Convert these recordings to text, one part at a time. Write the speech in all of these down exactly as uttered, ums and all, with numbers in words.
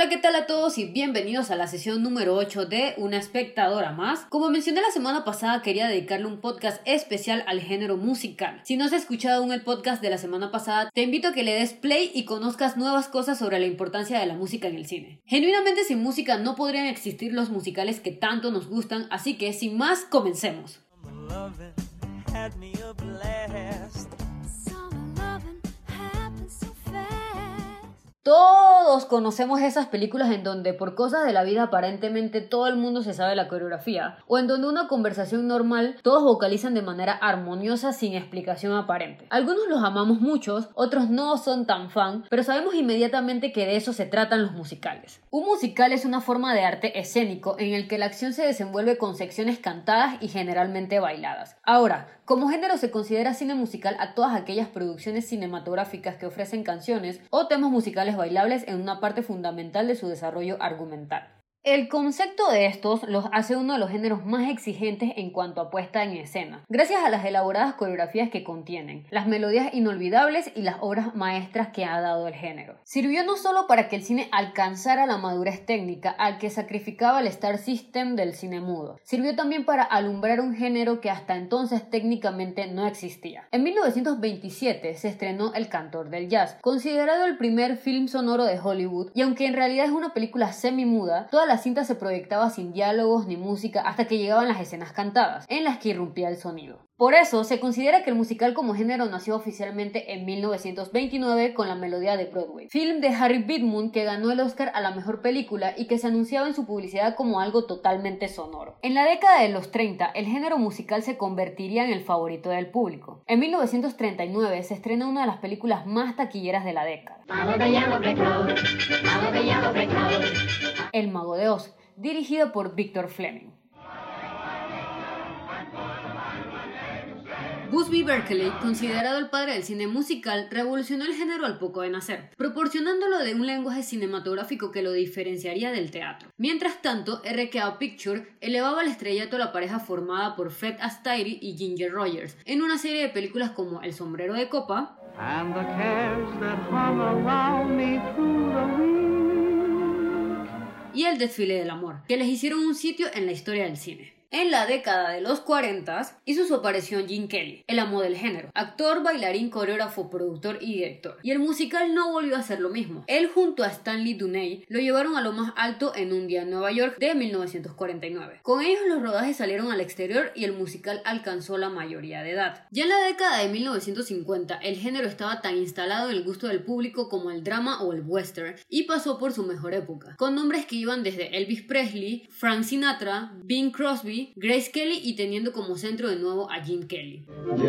¿qué tal a todos y bienvenidos a la sesión número ocho de Una espectadora más? Como mencioné la semana pasada, quería dedicarle un podcast especial al género musical. Si no has escuchado aún el podcast de la semana pasada, te invito a que le des play y conozcas nuevas cosas sobre la importancia de la música en el cine. Genuinamente, sin música no podrían existir los musicales que tanto nos gustan, así que sin más, comencemos. Todos conocemos esas películas en donde por cosas de la vida aparentemente todo el mundo se sabe la coreografía, o en donde una conversación normal todos vocalizan de manera armoniosa sin explicación aparente. Algunos los amamos muchos, otros no son tan fan, pero sabemos inmediatamente que de eso se tratan los musicales. Un musical es una forma de arte escénico en el que la acción se desenvuelve con secciones cantadas y generalmente bailadas. Ahora, como género se considera cine musical a todas aquellas producciones cinematográficas que ofrecen canciones o temas musicales bailables en una parte fundamental de su desarrollo argumental. El concepto de estos los hace uno de los géneros más exigentes en cuanto a puesta en escena, gracias a las elaboradas coreografías que contienen, las melodías inolvidables y las obras maestras que ha dado el género. Sirvió no solo para que el cine alcanzara la madurez técnica al que sacrificaba el Star System del cine mudo, sirvió también para alumbrar un género que hasta entonces técnicamente no existía. En mil novecientos veintisiete se estrenó El Cantor del Jazz, considerado el primer film sonoro de Hollywood, y aunque en realidad es una película semi-muda, toda la cinta se proyectaba sin diálogos ni música hasta que llegaban las escenas cantadas, en las que irrumpía el sonido. Por eso, se considera que el musical como género nació oficialmente en mil novecientos veintinueve con La Melodía de Broadway, film de Harry Bidmoon que ganó el Oscar a la mejor película y que se anunciaba en su publicidad como algo totalmente sonoro. En la década de los treinta, el género musical se convertiría en el favorito del público. En mil novecientos treinta y nueve se estrena una de las películas más taquilleras de la década, El Mago de Oz, dirigida por Victor Fleming. Busby Berkeley, considerado el padre del cine musical, revolucionó el género al poco de nacer, proporcionándolo de un lenguaje cinematográfico que lo diferenciaría del teatro. Mientras tanto, R K O Pictures elevaba al estrellato a la pareja formada por Fred Astaire y Ginger Rogers, en una serie de películas como El Sombrero de Copa and the cares that hung around me through the week, y El Desfile del Amor, que les hicieron un sitio en la historia del cine. En la década de los cuarenta hizo su aparición Gene Kelly, el amo del género, actor, bailarín, coreógrafo, productor y director. Y el musical no volvió a ser lo mismo. Él junto a Stanley Donen lo llevaron a lo más alto en Un día en Nueva York de mil novecientos cuarenta y nueve. Con ellos los rodajes salieron al exterior y el musical alcanzó la mayoría de edad. Ya en la década de mil novecientos cincuenta el género estaba tan instalado en el gusto del público como el drama o el western y pasó por su mejor época, con nombres que iban desde Elvis Presley, Frank Sinatra, Bing Crosby, Grace Kelly y teniendo como centro de nuevo a Gene Kelly.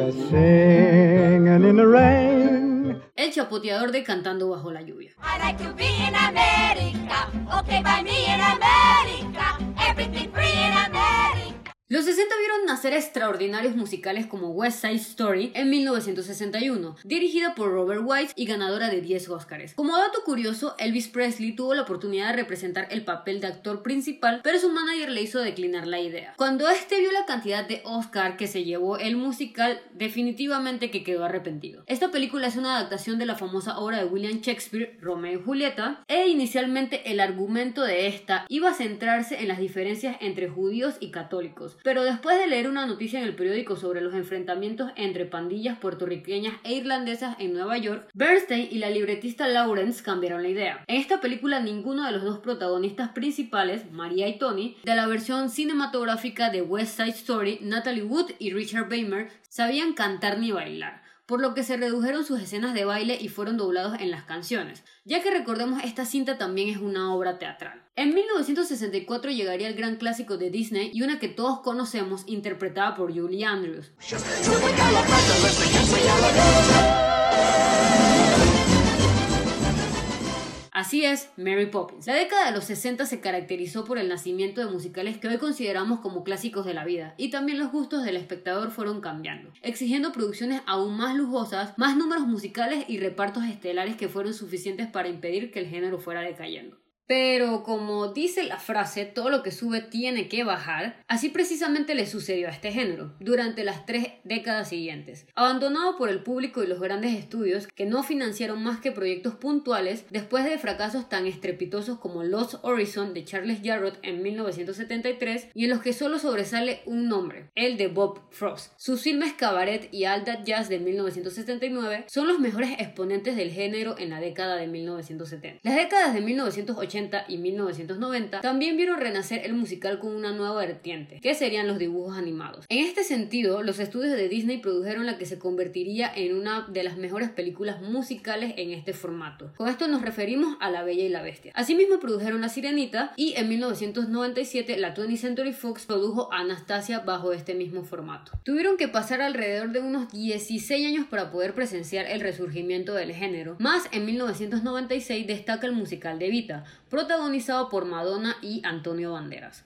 In the rain. El chapoteador de Cantando bajo la lluvia. I like to be in America. Okay, by me in America. Everything free in America. Los sesenta vieron nacer extraordinarios musicales como West Side Story en mil novecientos sesenta y uno, dirigida por Robert Wise y ganadora de diez Óscares. Como dato curioso, Elvis Presley tuvo la oportunidad de representar el papel de actor principal, pero su manager le hizo declinar la idea. Cuando este vio la cantidad de Óscar que se llevó el musical, definitivamente que quedó arrepentido. Esta película es una adaptación de la famosa obra de William Shakespeare, Romeo y Julieta, e inicialmente el argumento de esta iba a centrarse en las diferencias entre judíos y católicos. Pero después de leer una noticia en el periódico sobre los enfrentamientos entre pandillas puertorriqueñas e irlandesas en Nueva York, Bernstein y la libretista Lawrence cambiaron la idea. En esta película ninguno de los dos protagonistas principales, María y Tony, de la versión cinematográfica de West Side Story, Natalie Wood y Richard Beymer, sabían cantar ni bailar, por lo que se redujeron sus escenas de baile y fueron doblados en las canciones, ya que recordemos esta cinta también es una obra teatral. En mil novecientos sesenta y cuatro llegaría el gran clásico de Disney y una que todos conocemos, interpretada por Julie Andrews. Así es, Mary Poppins. La década de los sesenta se caracterizó por el nacimiento de musicales que hoy consideramos como clásicos de la vida, y también los gustos del espectador fueron cambiando, exigiendo producciones aún más lujosas, más números musicales y repartos estelares que fueron suficientes para impedir que el género fuera decayendo. Pero como dice la frase, todo lo que sube tiene que bajar, así precisamente le sucedió a este género durante las tres décadas siguientes. Abandonado por el público y los grandes estudios que no financiaron más que proyectos puntuales, después de fracasos tan estrepitosos como Lost Horizon de Charles Jarrott en mil novecientos setenta y tres y en los que solo sobresale un nombre, el de Bob Frost. Sus filmes Cabaret y All That Jazz de mil novecientos setenta y nueve son los mejores exponentes del género en la década de mil novecientos setenta. Las décadas de mil novecientos ochenta y mil novecientos noventa también vieron renacer el musical con una nueva vertiente, que serían los dibujos animados. En este sentido, los estudios de Disney produjeron la que se convertiría en una de las mejores películas musicales en este formato. Con esto nos referimos a La Bella y la Bestia. Asimismo produjeron La Sirenita y en mil novecientos noventa y siete la twentieth Century Fox produjo Anastasia bajo este mismo formato. Tuvieron que pasar alrededor de unos dieciséis años para poder presenciar el resurgimiento del género, más en mil novecientos noventa y seis destaca el musical de Evita, protagonizado por Madonna y Antonio Banderas.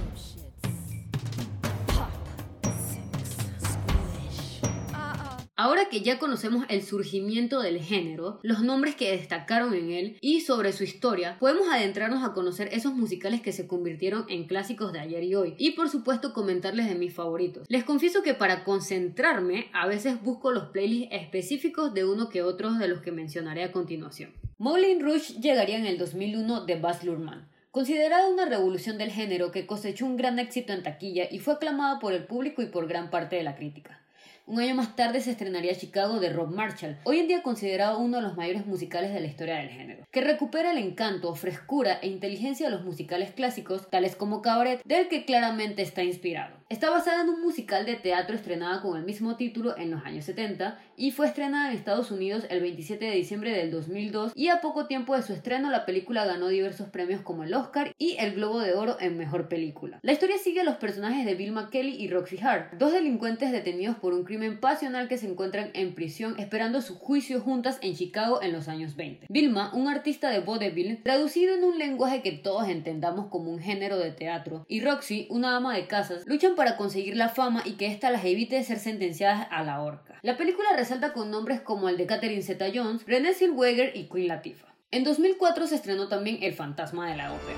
Ahora que ya conocemos el surgimiento del género, los nombres que destacaron en él y sobre su historia, podemos adentrarnos a conocer esos musicales que se convirtieron en clásicos de ayer y hoy, y por supuesto comentarles de mis favoritos. Les confieso que para concentrarme, a veces busco los playlists específicos de uno que otros de los que mencionaré a continuación. Moulin Rouge llegaría en el dos mil uno de Baz Luhrmann. Considerada una revolución del género que cosechó un gran éxito en taquilla y fue aclamada por el público y por gran parte de la crítica. Un año más tarde se estrenaría Chicago de Rob Marshall, hoy en día considerado uno de los mayores musicales de la historia del género, que recupera el encanto, frescura e inteligencia de los musicales clásicos, tales como Cabaret, del que claramente está inspirado. Está basada en un musical de teatro estrenada con el mismo título en los años setenta y fue estrenada en Estados Unidos el veintisiete de diciembre del dos mil dos, y a poco tiempo de su estreno la película ganó diversos premios como el Oscar y el Globo de Oro en Mejor Película. La historia sigue a los personajes de Bill McKelly y Roxy Hart, dos delincuentes detenidos por un crimen pasional que se encuentran en prisión esperando su juicio juntas en Chicago en los años veinte. Vilma, un artista de vodevil, traducido en un lenguaje que todos entendamos como un género de teatro, y Roxy, una ama de casas, luchan para conseguir la fama y que ésta las evite de ser sentenciadas a la horca. La película resalta con nombres como el de Catherine Zeta-Jones, Renée Zellweger y Queen Latifah. En dos mil cuatro se estrenó también El Fantasma de la Ópera,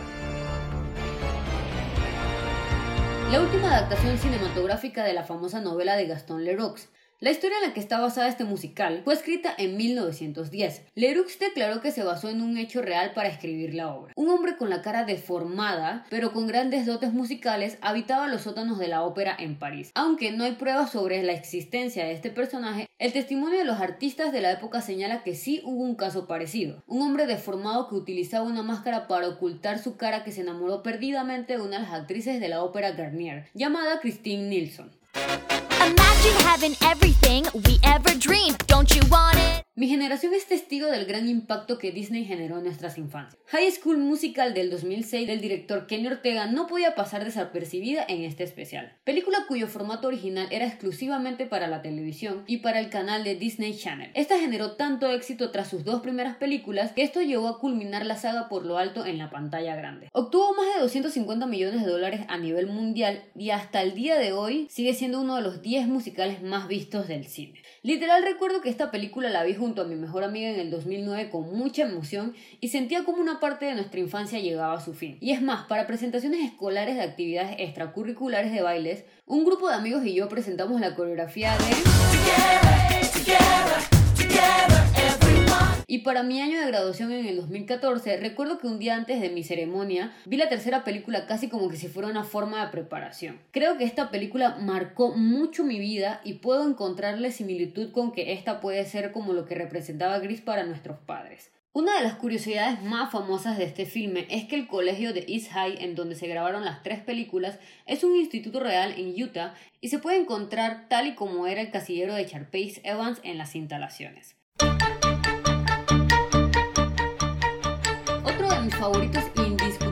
la última adaptación cinematográfica de la famosa novela de Gaston Leroux. La historia en la que está basada este musical fue escrita en mil novecientos diez. Leroux declaró que se basó en un hecho real para escribir la obra. Un hombre con la cara deformada, pero con grandes dotes musicales, habitaba los sótanos de la ópera en París. Aunque no hay pruebas sobre la existencia de este personaje, el testimonio de los artistas de la época señala que sí hubo un caso parecido. Un hombre deformado que utilizaba una máscara para ocultar su cara, que se enamoró perdidamente de una de las actrices de la ópera Garnier, llamada Christine Nilsson. Imagine having everything we ever dreamed. Don't you want it? Mi generación es testigo del gran impacto que Disney generó en nuestras infancias. High School Musical del dos mil seis del director Kenny Ortega no podía pasar desapercibida en este especial. Película cuyo formato original era exclusivamente para la televisión y para el canal de Disney Channel. Esta generó tanto éxito tras sus dos primeras películas que esto llevó a culminar la saga por lo alto en la pantalla grande. Obtuvo más de doscientos cincuenta millones de dólares a nivel mundial y hasta el día de hoy sigue siendo uno de los diez musicales más vistos del cine. Literal recuerdo que esta película la vi junto a mi mejor amiga en el dos mil nueve con mucha emoción y sentía como una parte de nuestra infancia llegaba a su fin. Y es más, para presentaciones escolares de actividades extracurriculares de bailes, un grupo de amigos y yo presentamos la coreografía de Together, together, together, everyone. Y para mi año de graduación en el dos mil catorce, recuerdo que un día antes de mi ceremonia vi la tercera película casi como que si fuera una forma de preparación. Creo que esta película marcó mucho mi vida y puedo encontrarle similitud con que esta puede ser como lo que representaba Gris para nuestros padres. Una de las curiosidades más famosas de este filme es que el colegio de East High, en donde se grabaron las tres películas, es un instituto real en Utah y se puede encontrar tal y como era el casillero de Sharpay Evans en las instalaciones. Otro de mis favoritos indiscutiblemente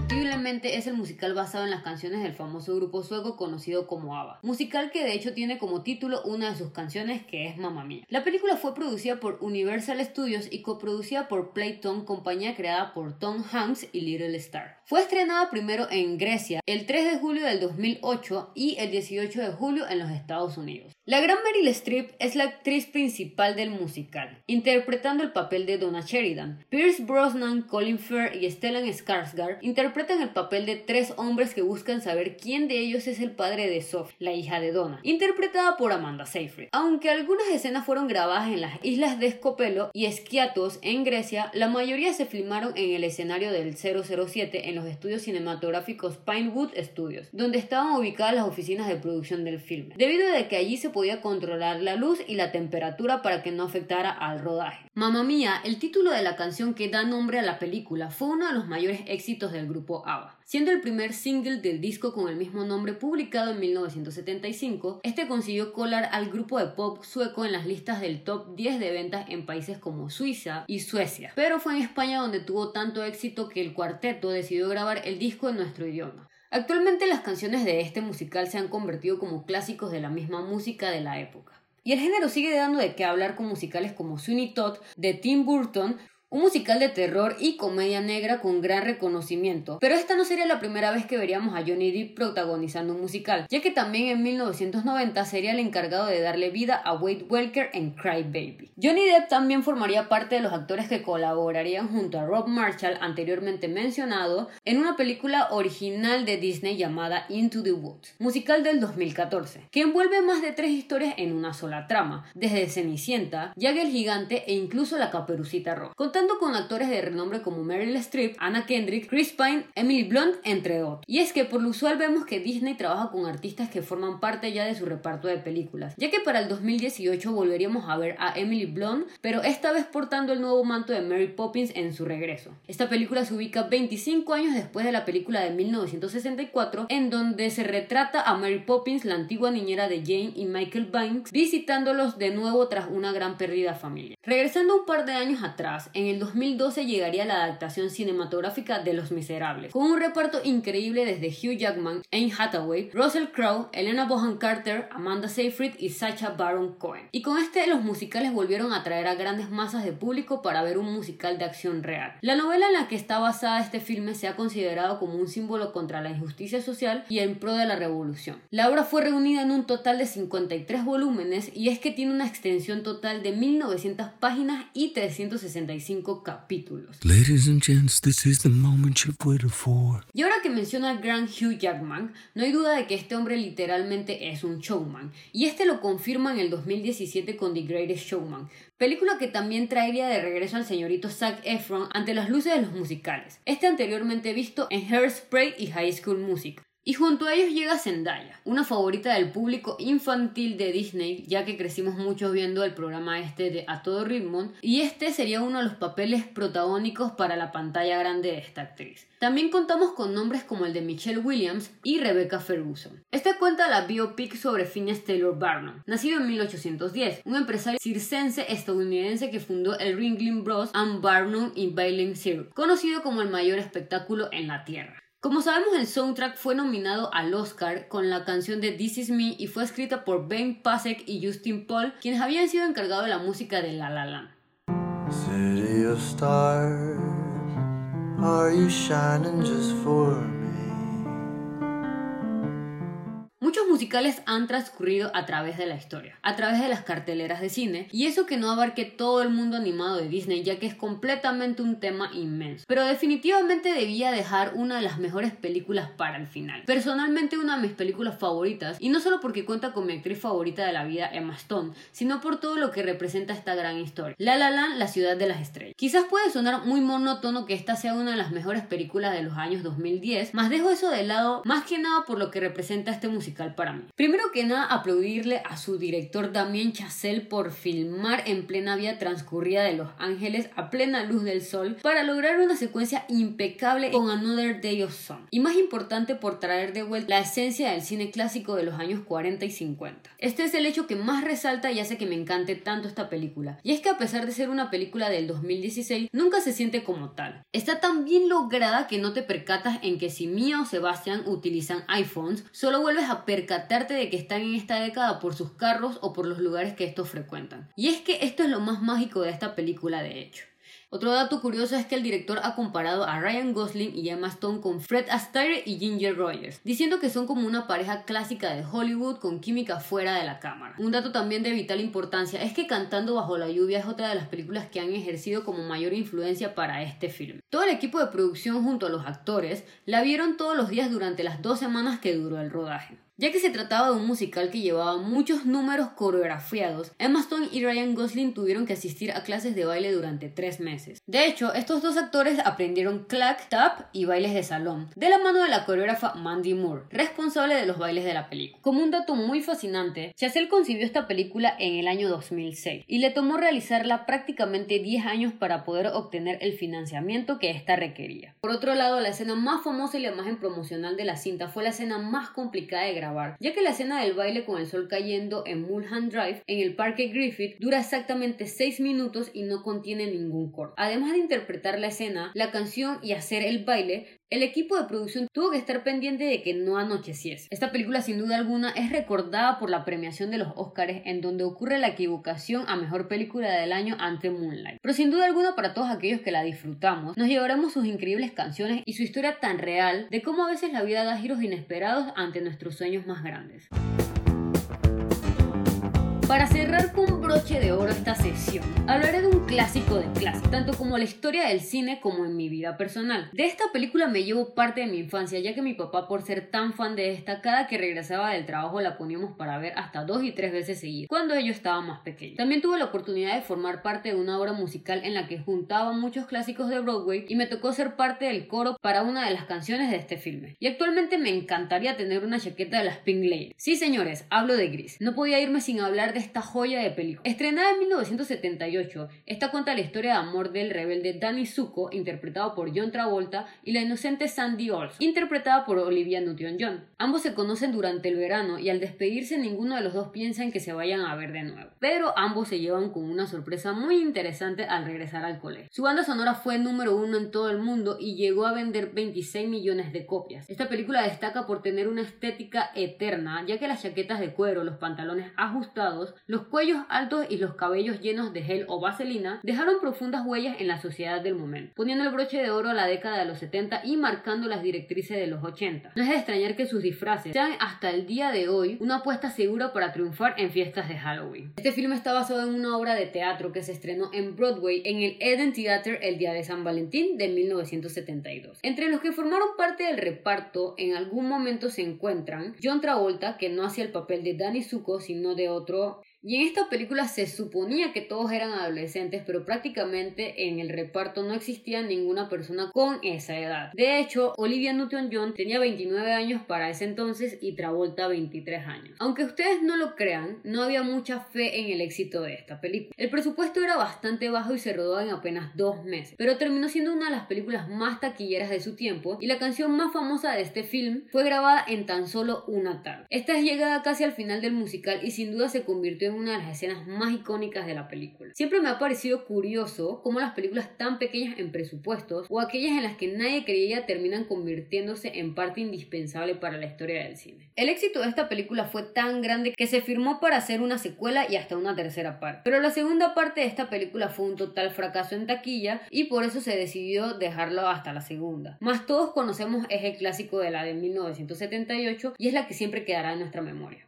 obviamente es el musical basado en las canciones del famoso grupo sueco conocido como ABBA, musical que de hecho tiene como título una de sus canciones, que es Mamma Mia. La película fue producida por Universal Studios y coproducida por Playtone, compañía creada por Tom Hanks y Little Star. Fue estrenada primero en Grecia el tres de julio del dos mil ocho y el dieciocho de julio en los Estados Unidos. La gran Meryl Streep es la actriz principal del musical, interpretando el papel de Donna Sheridan. Pierce Brosnan, Colin Firth y Stellan Skarsgård interpretan el papel de tres hombres que buscan saber quién de ellos es el padre de Sophie, la hija de Donna, interpretada por Amanda Seyfried. Aunque algunas escenas fueron grabadas en las islas de Skopelo y Skiathos en Grecia, la mayoría se filmaron en el escenario del cero cero siete en los estudios cinematográficos Pinewood Studios, donde estaban ubicadas las oficinas de producción del filme, debido a que allí se podía controlar la luz y la temperatura para que no afectara al rodaje. Mamma Mia, el título de la canción que da nombre a la película, fue uno de los mayores éxitos del grupo ABBA. Siendo el primer single del disco con el mismo nombre publicado en mil novecientos setenta y cinco, este consiguió colar al grupo de pop sueco en las listas del top diez de ventas en países como Suiza y Suecia, pero fue en España donde tuvo tanto éxito que el cuarteto decidió grabar el disco en nuestro idioma. Actualmente las canciones de este musical se han convertido como clásicos de la misma música de la época. Y el género sigue dando de qué hablar con musicales como Sweeney Todd de Tim Burton, un musical de terror y comedia negra con gran reconocimiento, pero esta no sería la primera vez que veríamos a Johnny Depp protagonizando un musical, ya que también en mil novecientos noventa sería el encargado de darle vida a Wade Welker en Cry Baby. Johnny Depp también formaría parte de los actores que colaborarían junto a Rob Marshall, anteriormente mencionado, en una película original de Disney llamada Into the Woods, musical del dos mil catorce, que envuelve más de tres historias en una sola trama, desde Cenicienta, Jack el Gigante e incluso la Caperucita Roja, contando con actores de renombre como Meryl Streep, Anna Kendrick, Chris Pine, Emily Blunt, entre otros. Y es que por lo usual vemos que Disney trabaja con artistas que forman parte ya de su reparto de películas, ya que para el dos mil dieciocho volveríamos a ver a Emily Blunt, pero esta vez portando el nuevo manto de Mary Poppins en su regreso. Esta película se ubica veinticinco años después de la película de mil novecientos sesenta y cuatro, en donde se retrata a Mary Poppins, la antigua niñera de Jane y Michael Banks, visitándolos de nuevo tras una gran pérdida familiar. Regresando un par de años atrás, en el dos mil doce llegaría la adaptación cinematográfica de Los Miserables, con un reparto increíble desde Hugh Jackman, Anne Hathaway, Russell Crowe, Helena Bonham Carter, Amanda Seyfried y Sacha Baron Cohen. Y con este los musicales volvieron a atraer a grandes masas de público para ver un musical de acción real. La novela en la que está basada este filme se ha considerado como un símbolo contra la injusticia social y en pro de la revolución. La obra fue reunida en un total de cincuenta y tres volúmenes y es que tiene una extensión total de mil novecientas páginas y trescientos sesenta y cinco capítulos. Ladies and gents, this is the moment you've waited for. Y ahora que menciona al gran Hugh Jackman, no hay duda de que este hombre literalmente es un showman, y este lo confirma en el dos mil diecisiete con The Greatest Showman, película que también traería de regreso al señorito Zac Efron ante las luces de los musicales, este anteriormente visto en Hairspray y High School Musical. Y junto a ellos llega Zendaya, una favorita del público infantil de Disney, ya que crecimos muchos viendo el programa este de A Todo Ritmo, y este sería uno de los papeles protagónicos para la pantalla grande de esta actriz. También contamos con nombres como el de Michelle Williams y Rebecca Ferguson. Esta cuenta la biopic sobre Phineas Taylor Barnum, nacido en mil ochocientos diez, un empresario circense estadounidense que fundó el Ringling Bros and Barnum y Bailey Circus, conocido como el mayor espectáculo en la Tierra. Como sabemos, el soundtrack fue nominado al Oscar con la canción de This Is Me y fue escrita por Ben Pasek y Justin Paul, quienes habían sido encargados de la música de La La Land. City of stars, are you shining just for me? Muchos musicales han transcurrido a través de la historia, a través de las carteleras de cine, y eso que no abarque todo el mundo animado de Disney, ya que es completamente un tema inmenso. Pero definitivamente debía dejar una de las mejores películas para el final. Personalmente una de mis películas favoritas, y no solo porque cuenta con mi actriz favorita de la vida, Emma Stone, sino por todo lo que representa esta gran historia. La La Land, la ciudad de las estrellas. Quizás puede sonar muy monótono que esta sea una de las mejores películas de los años dos mil diez, mas dejo eso de lado más que nada por lo que representa este musical para para mí. Primero que nada, aplaudirle a su director Damien Chazelle por filmar en plena vía transcurrida de Los Ángeles a plena luz del sol para lograr una secuencia impecable con Another Day of Sun. Y más importante, por traer de vuelta la esencia del cine clásico de los años cuarenta y cincuenta. Este es el hecho que más resalta y hace que me encante tanto esta película. Y es que a pesar de ser una película del dos mil dieciséis, nunca se siente como tal. Está tan bien lograda que no te percatas en que si Mia o Sebastian utilizan iPhones, solo vuelves a percatarte de que están en esta década por sus carros o por los lugares que estos frecuentan. Y es que esto es lo más mágico de esta película, de hecho. Otro dato curioso es que el director ha comparado a Ryan Gosling y Emma Stone con Fred Astaire y Ginger Rogers, diciendo que son como una pareja clásica de Hollywood con química fuera de la cámara. Un dato también de vital importancia es que Cantando bajo la lluvia es otra de las películas que han ejercido como mayor influencia para este film. Todo el equipo de producción junto a los actores la vieron todos los días durante las dos semanas que duró el rodaje. Ya que se trataba de un musical que llevaba muchos números coreografiados, Emma Stone y Ryan Gosling tuvieron que asistir a clases de baile durante tres meses. De hecho, estos dos actores aprendieron clack, tap y bailes de salón, de la mano de la coreógrafa Mandy Moore, responsable de los bailes de la película. Como un dato muy fascinante, Chazelle concibió esta película en el año dos mil seis y le tomó realizarla prácticamente diez años para poder obtener el financiamiento que ésta requería. Por otro lado, la escena más famosa y la imagen promocional de la cinta fue la escena más complicada de grabar, ya que la escena del baile con el sol cayendo en Mulholland Drive en el Parque Griffith dura exactamente seis minutos y no contiene ningún corte. Además de interpretar la escena, la canción y hacer el baile, el equipo de producción tuvo que estar pendiente de que no anocheciese. Esta película sin duda alguna es recordada por la premiación de los Oscars, en donde ocurre la equivocación a mejor película del año ante Moonlight. Pero sin duda alguna, para todos aquellos que la disfrutamos, nos llevaremos sus increíbles canciones y su historia tan real de cómo a veces la vida da giros inesperados ante nuestros sueños más grandes. Para cerrar con broche de oro esta sesión, hablaré de un clásico de clásicos, tanto como la historia del cine como en mi vida personal. De esta película me llevo parte de mi infancia, ya que mi papá, por ser tan fan de esta, cada que regresaba del trabajo la poníamos para ver hasta dos y tres veces seguidas, cuando yo estaba más pequeño. También tuve la oportunidad de formar parte de una obra musical en la que juntaba muchos clásicos de Broadway y me tocó ser parte del coro para una de las canciones de este filme. Y actualmente me encantaría tener una chaqueta de las Pink Ladies. Sí, señores, hablo de Grease. No podía irme sin hablar de esta joya de película. Estrenada en mil novecientos setenta y ocho, esta cuenta la historia de amor del rebelde Danny Zuko, interpretado por John Travolta, y la inocente Sandy Olson, interpretada por Olivia Newton-John. Ambos se conocen durante el verano y al despedirse ninguno de los dos piensa en que se vayan a ver de nuevo. Pero ambos se llevan con una sorpresa muy interesante al regresar al colegio. Su banda sonora fue número uno en todo el mundo y llegó a vender veintiséis millones de copias. Esta película destaca por tener una estética eterna, ya que las chaquetas de cuero, los pantalones ajustados, los cuellos altos y los cabellos llenos de gel o vaselina dejaron profundas huellas en la sociedad del momento, poniendo el broche de oro a la década de los setenta y marcando las directrices de los ochenta. No es de extrañar que sus disfraces sean hasta el día de hoy una apuesta segura para triunfar en fiestas de Halloween. Este filme está basado en una obra de teatro que se estrenó en Broadway en el Eden Theatre el día de San Valentín de mil novecientos setenta y dos. Entre los que formaron parte del reparto en algún momento se encuentran John Travolta, que no hacía el papel de Danny Zuko sino de otro. Y en esta película se suponía que todos eran adolescentes, pero prácticamente en el reparto no existía ninguna persona con esa edad. De hecho, Olivia Newton-John tenía veintinueve años para ese entonces y Travolta veintitrés años. Aunque ustedes no lo crean, no había mucha fe en el éxito de esta película. El presupuesto era bastante bajo y se rodó en apenas dos meses, pero terminó siendo una de las películas más taquilleras de su tiempo y la canción más famosa de este film fue grabada en tan solo una tarde. Esta es llegada casi al final del musical y sin duda se convirtió en una de las escenas más icónicas de la película. Siempre me ha parecido curioso cómo las películas tan pequeñas en presupuestos o aquellas en las que nadie creía terminan convirtiéndose en parte indispensable para la historia del cine. El éxito de esta película fue tan grande que se firmó para hacer una secuela y hasta una tercera parte, pero la segunda parte de esta película fue un total fracaso en taquilla y por eso se decidió dejarlo hasta la segunda. Más todos conocemos es el clásico de la de mil novecientos setenta y ocho y es la que siempre quedará en nuestra memoria.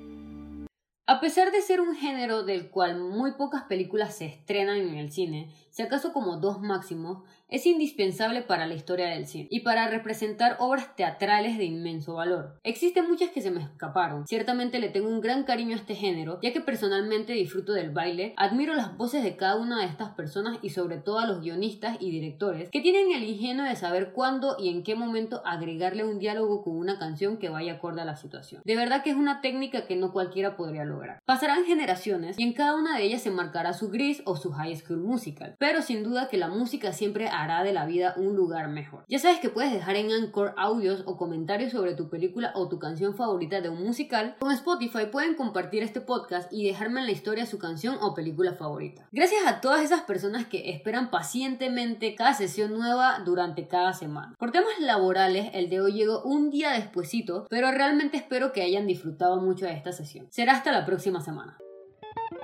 A pesar de ser un género del cual muy pocas películas se estrenan en el cine, si acaso como dos máximos, es indispensable para la historia del cine y para representar obras teatrales de inmenso valor. Existen muchas que se me escaparon. Ciertamente le tengo un gran cariño a este género, ya que personalmente disfruto del baile, admiro las voces de cada una de estas personas y sobre todo a los guionistas y directores que tienen el ingenio de saber cuándo y en qué momento agregarle un diálogo con una canción que vaya acorde a la situación. De verdad que es una técnica que no cualquiera podría lograr. Pasarán generaciones y en cada una de ellas se marcará su gris o su High School Musical, pero sin duda que la música siempre hará de la vida un lugar mejor. Ya sabes que puedes dejar en Anchor audios o comentarios sobre tu película o tu canción favorita de un musical. Con Spotify pueden compartir este podcast y dejarme en la historia su canción o película favorita. Gracias a todas esas personas que esperan pacientemente cada sesión nueva durante cada semana. Por temas laborales, el de hoy llegó un día despuesito, pero realmente espero que hayan disfrutado mucho de esta sesión. Será hasta la próxima semana.